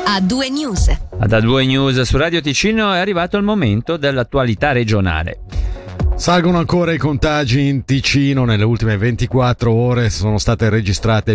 A2 News. Ad A2 News su Radio Ticino è arrivato il momento dell'attualità regionale. Salgono ancora i contagi in Ticino. Nelle ultime 24 ore sono state registrate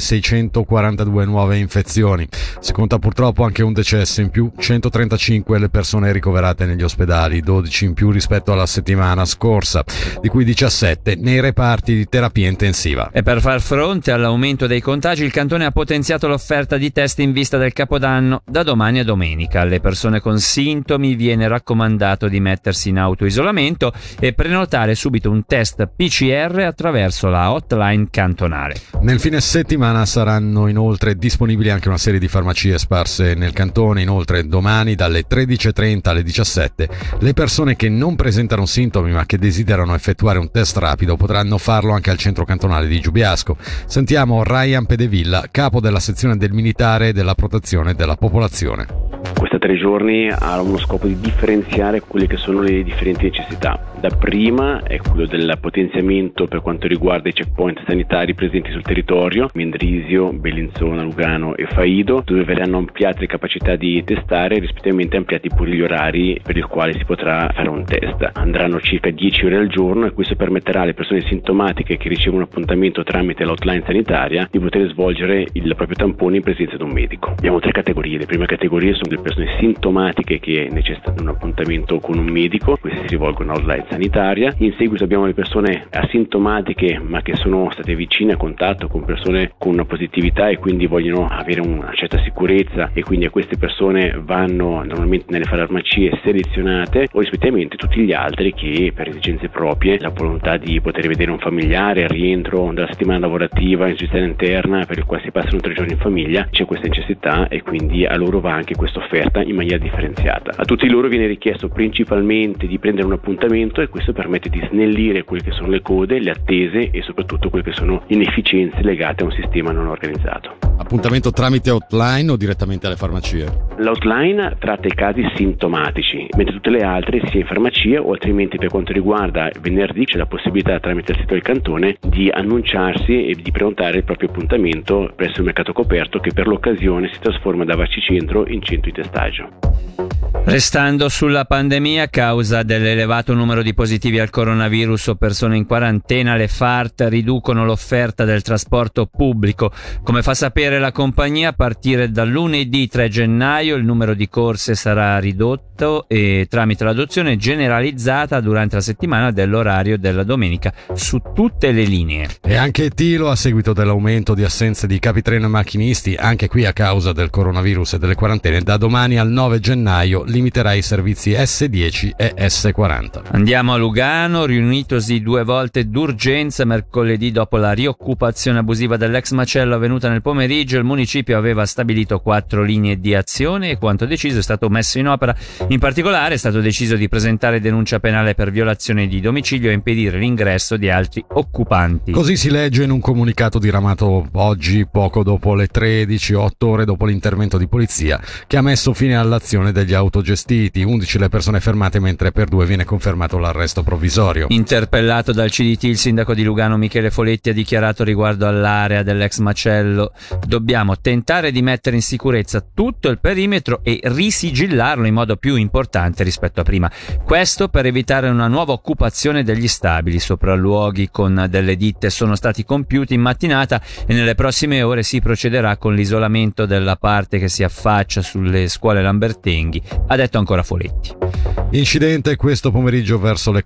1642 nuove infezioni. Si conta purtroppo anche un decesso in più, 135 le persone ricoverate negli ospedali, 12 in più rispetto alla settimana scorsa, di cui 17 nei reparti di terapia intensiva. E per far fronte all'aumento dei contagi, il cantone ha potenziato l'offerta di test in vista del Capodanno. Da domani a domenica alle persone con sintomi viene raccomandato di mettersi in autoisolamento e prenotare subito un test PCR attraverso la hotline cantonale. Nel fine settimana saranno inoltre disponibili anche una serie di farmacie sparse nel cantone. Inoltre domani dalle 13:30 alle 17 le persone che non presentano sintomi ma che desiderano effettuare un test rapido potranno farlo anche al centro cantonale di Giubiasco. Sentiamo Ryan Pedevilla, capo della sezione del militare e della protezione della popolazione. Questa 3 giorni ha uno scopo di differenziare quelle che sono le differenti necessità. La prima è quello del potenziamento per quanto riguarda i checkpoint sanitari presenti sul territorio, Mendrisio, Bellinzona, Lugano e Faido, dove verranno ampliate le capacità di testare e rispettivamente ampliati pure gli orari per il quale si potrà fare un test. Andranno circa 10 ore al giorno e questo permetterà alle persone sintomatiche che ricevono appuntamento tramite l'hotline sanitaria di poter svolgere il proprio tampone in presenza di un medico. Abbiamo 3 categorie. Le prime categorie sono le persone sintomatiche che necessitano un appuntamento con un medico, queste si rivolgono all'hotline sanitaria. In seguito abbiamo le persone asintomatiche ma che sono state vicine a contatto con persone con una positività e quindi vogliono avere una certa sicurezza, e quindi a queste persone vanno normalmente nelle farmacie selezionate, o rispettivamente tutti gli altri che per esigenze proprie, la volontà di poter vedere un familiare al rientro dalla settimana lavorativa in città interna per il quale si passano 3 giorni in famiglia, c'è questa necessità e quindi a loro va anche questa offerta in maniera differenziata. A tutti loro viene richiesto principalmente di prendere un appuntamento e questo permette di snellire quelle che sono le code, le attese e soprattutto quelle che sono inefficienze legate a un sistema non organizzato. Appuntamento tramite hotline o direttamente alle farmacie? L'hotline tratta i casi sintomatici, mentre tutte le altre sia in farmacia o altrimenti per quanto riguarda venerdì c'è la possibilità tramite il sito del cantone di annunciarsi e di prenotare il proprio appuntamento presso il mercato coperto, che per l'occasione si trasforma da Vacicentro in centro di testaggio. Restando sulla pandemia, a causa dell'elevato numero di positivi al coronavirus o persone in quarantena, le FART riducono l'offerta del trasporto pubblico. Come fa sapere la compagnia, a partire dal lunedì 3 gennaio il numero di corse sarà ridotto e tramite l'adozione generalizzata durante la settimana dell'orario della domenica su tutte le linee. E anche Tilo, a seguito dell'aumento di assenze di capitreno e macchinisti, anche qui a causa del coronavirus e delle quarantene, da domani al 9 gennaio limiterà i servizi S10 e S40. Andiamo a Lugano. Riunitosi 2 volte d'urgenza mercoledì dopo la rioccupazione abusiva dell'ex macello avvenuta nel pomeriggio, il municipio aveva stabilito 4 linee di azione e quanto deciso è stato messo in opera. In particolare è stato deciso di presentare denuncia penale per violazione di domicilio e impedire l'ingresso di altri occupanti. Così si legge in un comunicato diramato oggi, poco dopo le 13, 8 ore dopo l'intervento di polizia che ha messo fine all'azione degli autogestiti. 11 le persone fermate, mentre per 2 viene confermato l'arresto provvisorio. Interpellato dal CDT, il sindaco di Lugano Michele Foletti ha dichiarato riguardo all'area dell'ex macello: dobbiamo tentare di mettere in sicurezza tutto il perimetro e risigillarlo in modo più importante rispetto a prima. Questo per evitare una nuova occupazione degli stabili. Sopralluoghi con delle ditte sono stati compiuti in mattinata e nelle prossime ore si procederà con l'isolamento della parte che si affaccia sulle scuole Lambertenghi, ha detto ancora Foletti. Incidente questo pomeriggio verso le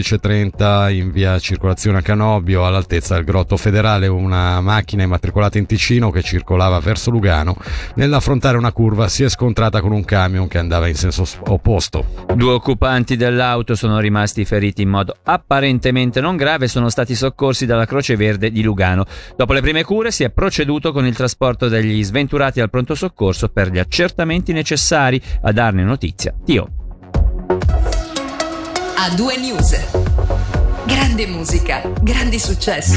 14:30 in via Circolazione a Canobbio, all'altezza del Grotto Federale. Una macchina immatricolata in Ticino che circolava verso Lugano, nell'affrontare una curva si è scontrata con un camion che andava in senso opposto. 2 occupanti dell'auto sono rimasti feriti in modo apparentemente non grave e sono stati soccorsi dalla Croce Verde di Lugano. Dopo le prime cure si è proceduto con il trasporto degli sventurati al pronto soccorso per gli accertamenti necessari. A darne notizia Tio. A2 News. Grande musica, grandi successi.